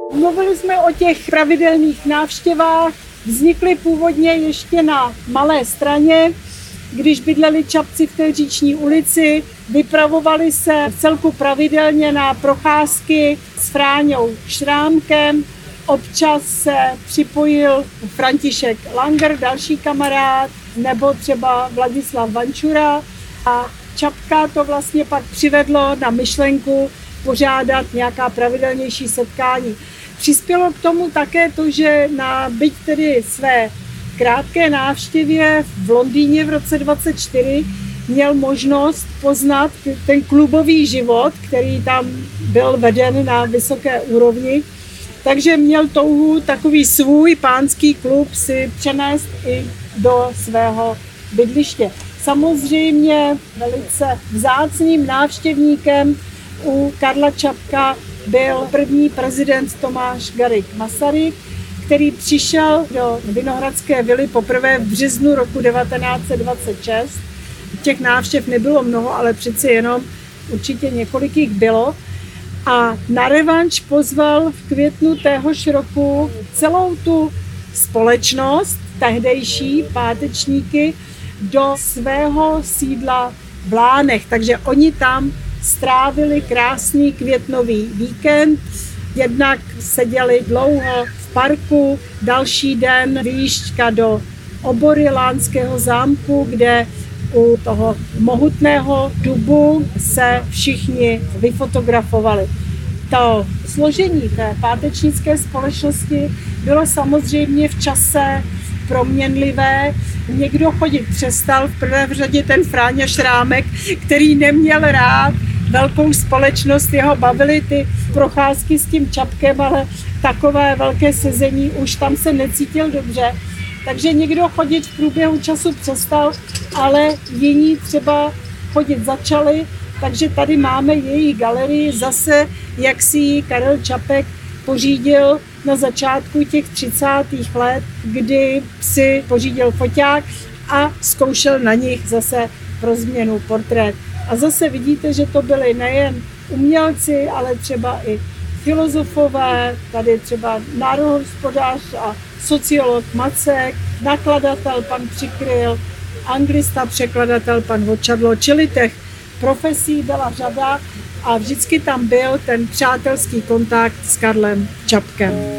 Mluvili jsme o těch pravidelných návštěvách. Vznikly původně ještě na Malé Straně, když bydleli Čapci v té Říční ulici. Vypravovali se vcelku pravidelně na procházky s Fráňou Šrámkem. Občas se připojil František Langer, další kamarád, nebo třeba Vladislav Vančura. A Čapka to vlastně pak přivedlo na myšlenku pořádat nějaká pravidelnější setkání. Přispělo k tomu také to, že na byť tedy své krátké návštěvě v Londýně v roce 24 měl možnost poznat ten klubový život, který tam byl veden na vysoké úrovni. Takže měl touhu takový svůj pánský klub si přenést i do svého bydliště. Samozřejmě velice vzácným návštěvníkem u Karla Čapka byl první prezident Tomáš Garrigue Masaryk, který přišel do Vinohradské vily poprvé v březnu roku 1926. Těch návštěv nebylo mnoho, ale přeci jenom určitě několik jich bylo. A na revanš pozval v květnu téhož roku celou tu společnost, tehdejší pátečníky, do svého sídla v Lánech. Takže oni tam strávili krásný květnový víkend. Jednak seděli dlouho v parku, další den výjížďka do obory Lánského zámku, kde u toho mohutného dubu se všichni vyfotografovali. To složení té pátečnické společnosti bylo samozřejmě v čase proměnlivé. Někdo chodit přestal, v prvé řadě ten Fráňa Šrámek, který neměl rád velkou společnost, jeho bavily ty procházky s tím Čapkem, ale takové velké sezení už tam se necítil dobře. Takže někdo chodit v průběhu času přestal, ale jiní třeba chodit začali, takže tady máme její galerii zase, jak si ji Karel Čapek pořídil na začátku těch 30. let, kdy si pořídil foťák a zkoušel na nich zase pro změnu portrét. A zase vidíte, že to byli nejen umělci, ale třeba i filozofové, tady třeba národohospodář a sociolog Macek, nakladatel pan Přikryl, anglista, překladatel pan Vočadlo, čili těch profesí byla řada a vždycky tam byl ten přátelský kontakt s Karlem Čapkem.